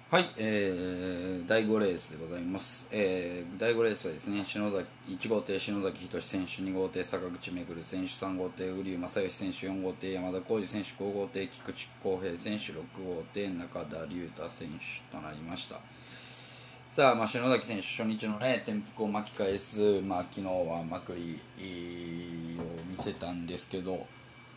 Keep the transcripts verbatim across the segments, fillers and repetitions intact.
はい、えー、だいごレースでございます、えー、だいごレースはですね、篠崎いち号艇篠崎仁選手、に号艇坂口めぐる選手、さん号艇瓜生正義選手、よん号艇山田浩二選手、ご号艇菊池康平選手、ろく号艇中田龍太選手となりました。さあ、まあ、篠崎選手初日のね転覆を巻き返す、まあ、昨日はまくりを見せたんですけど、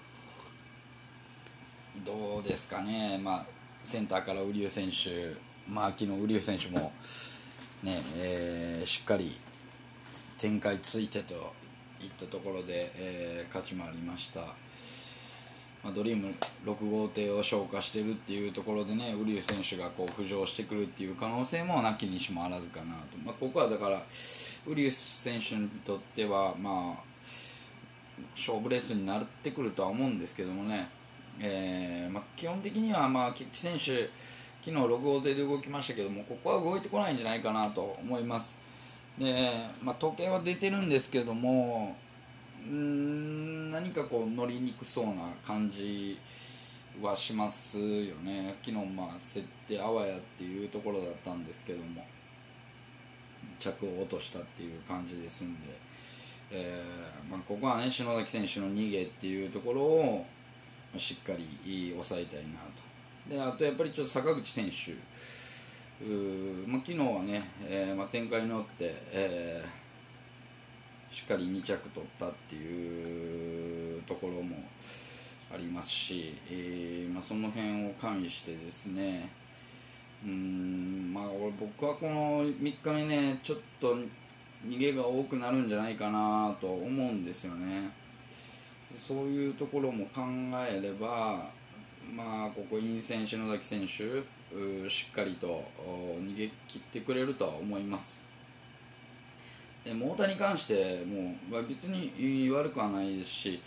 どうですかね、まあ、センターから瓜生選手、まあ、昨日瓜生選手も、ねえーしっかり展開ついてといったところで、えー勝ちもありました。まあ、ドリームろく号艇を消化しているっていうところでね、瓜生選手がこう浮上してくるっていう可能性もなきにしもあらずかなと、まあ、ここはだから瓜生選手にとっては、まあ、勝負レースになってくるとは思うんですけどもね、えーまあ、基本的には、まあ、菊池選手、昨日ろく号艇で動きましたけども、ここは動いてこないんじゃないかなと思います。で、まあ、時計は出てるんですけども、うーん何かこう乗りにくそうな感じはしますよね。昨日、まあ、設定あわやっていうところだったんですけども、着を落としたっていう感じですんで、えーまあ、ここはね篠崎選手の逃げっていうところをしっかり抑えたいなと。であとやっぱりちょっと坂口選手、まあ、昨日はね、えーまあ、展開に乗って、えーしっかりに着取ったっていうところもありますし、えーまあ、その辺を加味してですね、うーんまあ僕はこのみっかめねちょっと逃げが多くなるんじゃないかなと思うんですよね。そういうところも考えれば、まあ、ここ陰線篠崎選手しっかりと逃げ切ってくれるとは思います。でも太田に関しても、まあ、別に悪くはないですし、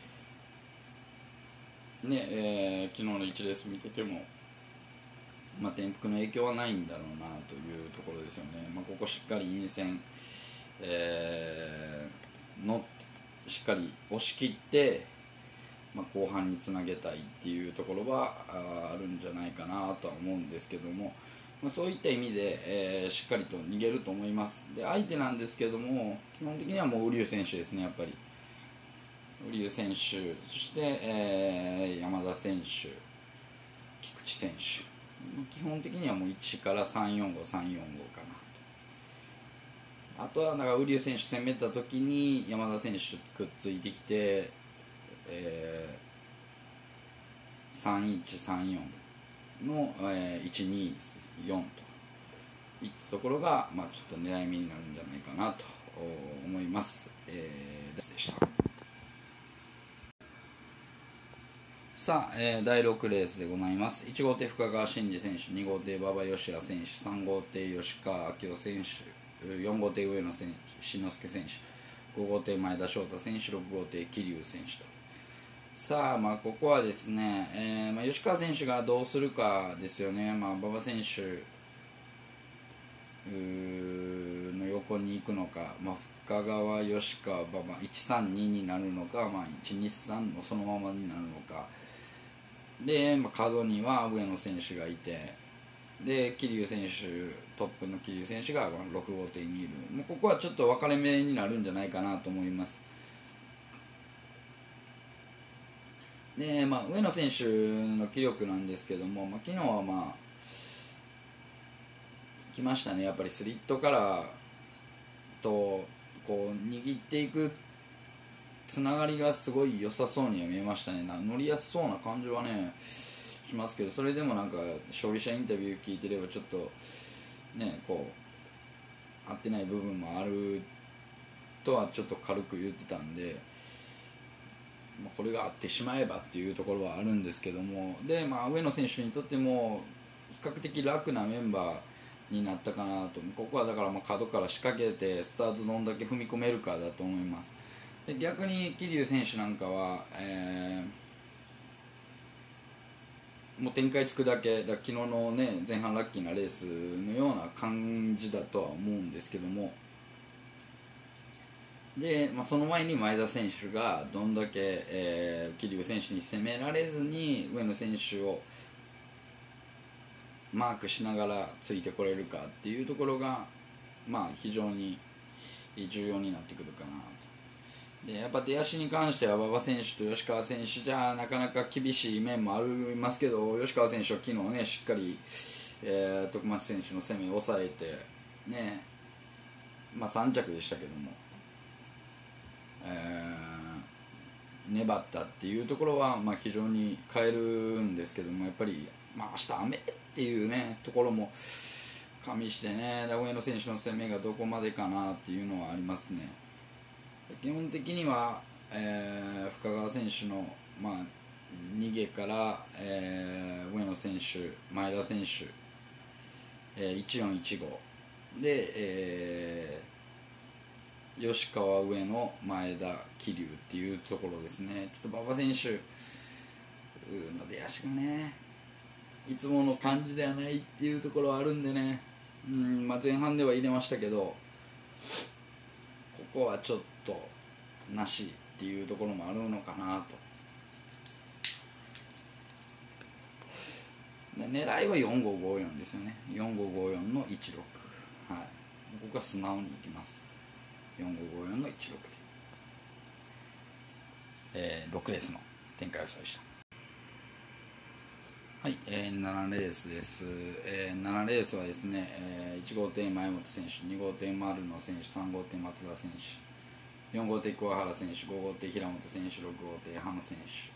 ねえー昨日のいちレース見てても、まあ、転覆の影響はないんだろうなというところですよね。まあ、ここしっかり陰線、えーのしっかり押し切って、まあ、後半につなげたいっていうところはあるんじゃないかなとは思うんですけども、まあ、そういった意味で、えーしっかりと逃げると思います。で相手なんですけども、基本的にはもう瓜生選手ですね。やっぱり瓜生選手、そして、えー山田選手、菊池選手、基本的にはもういちからさんよんご、さんよんごかなと。あとはなんか瓜生選手攻めた時に山田選手くっついてきて、えー、さんいちさんよんの、えー、いちによんといったところが、まあ、ちょっと狙い目になるんじゃないかなと思います。えー、でした。さあ、えー、だいろくレースでございます。いち号艇深川慎司選手、に号艇馬場義也選手、さん号艇吉川明夫選手、よん号艇上野選手、志の輔選手、ご号艇前田翔太選手、ろく号艇桐生選手と。さあ、まあ、ここはですね、えーまあ、吉川選手がどうするかですよね。まあ、馬場選手の横に行くのか、まあ、深川、吉川、馬場いちさんにになるのか、まあ、いちにさんのそのままになるのかで、まあ、角には上野選手がいて、で桐生選手、トップの桐生選手がろく号艇にいる。もうここはちょっと分かれ目になるんじゃないかなと思います。で、まあ、上野選手の気力なんですけども、まあ、昨日はまあ来ましたね。やっぱりスリットカラーとこう握っていくつながりがすごい良さそうには見えましたね。乗りやすそうな感じはねしますけど、それでもなんか勝利者インタビュー聞いてればちょっとねこう合ってない部分もあるとはちょっと軽く言ってたんで、これが合ってしまえばっていうところはあるんですけども、で、まあ、上野選手にとっても比較的楽なメンバーになったかなと。ここはだからまあ角から仕掛けてスタートどんだけ踏み込めるかだと思います。で逆に桐生選手なんかは、えーもう展開つくだけだ、昨日の、ね、前半ラッキーなレースのような感じだとは思うんですけども、で、まあ、その前に前田選手がどんだけ、えー、桐生選手に攻められずに上野選手をマークしながらついてこれるかっていうところが、まあ、非常に重要になってくるかなと。でやっぱ出足に関しては馬場選手と吉川選手じゃなかなか厳しい面もありますけど、吉川選手は昨日ねしっかり、えー、徳松選手の攻めを抑えてね、まあ、さん着でしたけども、えー、粘ったっていうところは、まあ、非常に変えるんですけども、やっぱり、まあ、明日雨っていうねところも加味してね、上野選手の攻めがどこまでかなっていうのはありますね。基本的には、えー、深川選手の、まあ、逃げから、えー、上野選手、前田選手、えー、いちよんいちごで、えー、吉川、上野、前田、桐生っていうところですね。ちょっと馬場選手の出足がねいつもの感じではないっていうところはあるんでね、うんまあ、前半では入れましたけど、ここはちょっとなしっていうところもあるのかなと。で狙いはよんごごよんですよね。よんごごよんのいちろく、はい、僕は素直にいきます。よんごごよんのいちろくで、えー、ろくレースの展開をしました。はい、えー、ななレースです、えー、ななレースはですね、えー、いち号艇前本選手、に号艇丸野選手、さん号艇松田選手、よん号艇桑原選手、ご号艇平本選手、ろく号艇浜選手。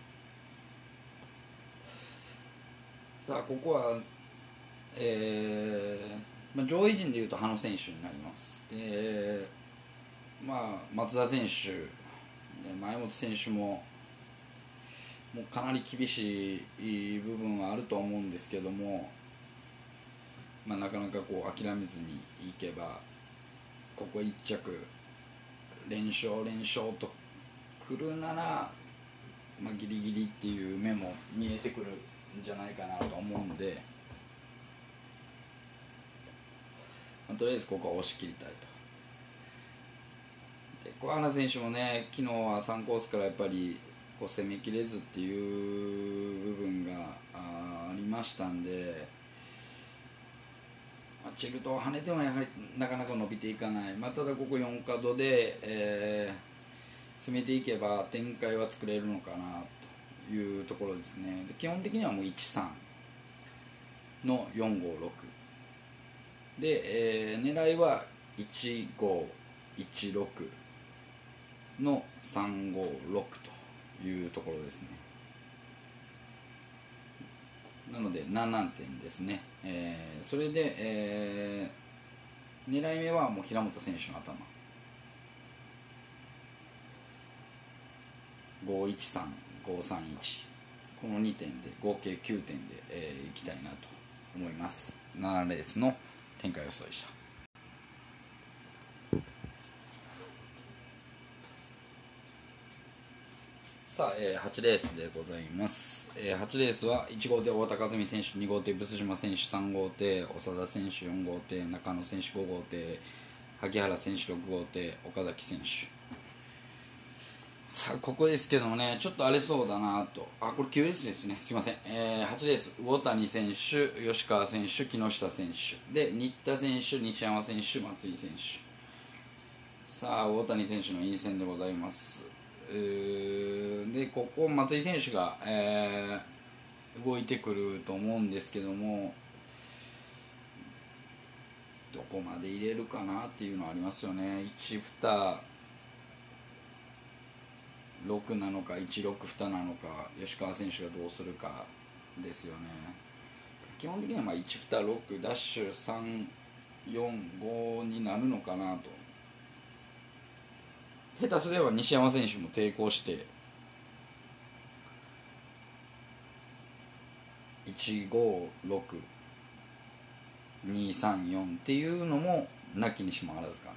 さあここは、えーまあ、上位陣でいうと羽野選手になります。で、まあ、松田選手、前本選手ももうかなり厳しい部分はあると思うんですけども、まあ、なかなかこう諦めずにいけばここいっ着連勝連勝とくるなら、まあ、ギリギリっていう目も見えてくるんじゃないかなと思うんで、まあ、とりあえずここは押し切りたいと。で小原選手もね昨日はさんコースからやっぱりこう攻めきれずっていう部分が あ, ありましたんで、まあ、チルトを跳ねてもやはりなかなか伸びていかない、まあ、ただここよん角で、えー、攻めていけば展開は作れるのかなというところですね。で基本的にはもういちさんのよんごろくで、えー、狙いはいちごいちろくのさんごろくというところですね。なのでななてんですね、えー、それで、えー、狙い目はもう平本選手の頭ごいちさん、ごさんいちこのにてんで合計きゅうてんで、えー、いきたいなと思います。ななレースの展開予想でした。さあ、えー、はちレースでございます、えー、はちレースはいち号艇太田和美選手、に号艇ブス島選手、さん号艇長田選手、よん号艇中野選手、ご号艇萩原選手、ろく号艇岡崎選手。さあここですけどもねちょっと荒れそうだなと。あこれきゅうレースですね、すいません、えー、はちレース魚谷選手、吉川選手、木下選手で新田選手、西山選手、松井選手。さあ大谷選手の陰線でございます。でここ松井選手が、えー、動いてくると思うんですけども、どこまで入れるかなっていうのはありますよね。いち、に、ろくなのかいちろくになのか吉川選手がどうするかですよね。基本的にはまあいち、に、ろくダッシュさん、よん、ごになるのかなと。下手すれば西山選手も抵抗していちごろくにさんよんっていうのもなきにしもあらずかな、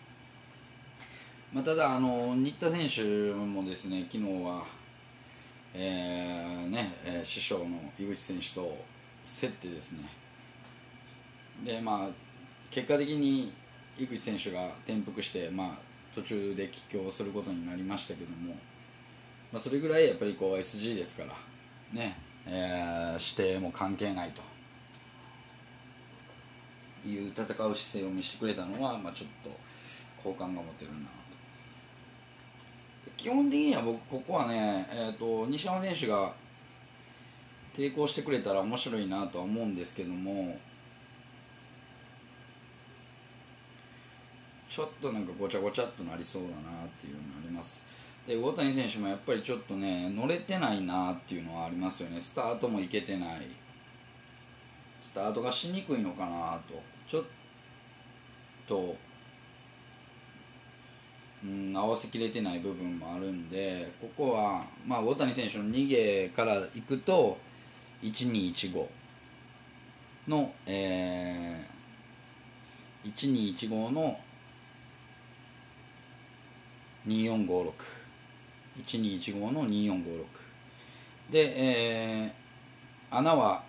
まあ、ただあの新田選手もですね昨日は、えーねえー、師匠の井口選手と競ってですね、でまあ結果的に井口選手が転覆して、まあ、途中で帰郷することになりましたけども、まあ、それぐらいやっぱりこう エスジー ですからね、えー、指定も関係ないという戦う姿勢を見せてくれたのは、まあ、ちょっと好感が持てるなと。基本的には僕ここはね、えー、と西山選手が抵抗してくれたら面白いなとは思うんですけども、ちょっとなんかごちゃごちゃっとなりそうだなっていうのがあります。で大谷選手もやっぱりちょっとね乗れてないなっていうのはありますよね。スタートもいけてない、スタートがしにくいのかなとちょっと、うん、合わせきれてない部分もあるんで、ここは、まあ、大谷選手の逃げからいくといちにいちごの、えー、いちにいちごのによんごろく いちにいちごのによんごろくで、えー、穴は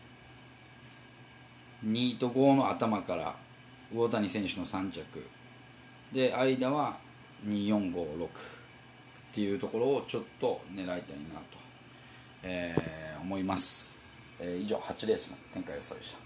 にとごの頭から魚谷選手のさん着で、間はによんごろくっていうところをちょっと狙いたいなと、えー、思います。えー、以上はちレースの展開予想でした。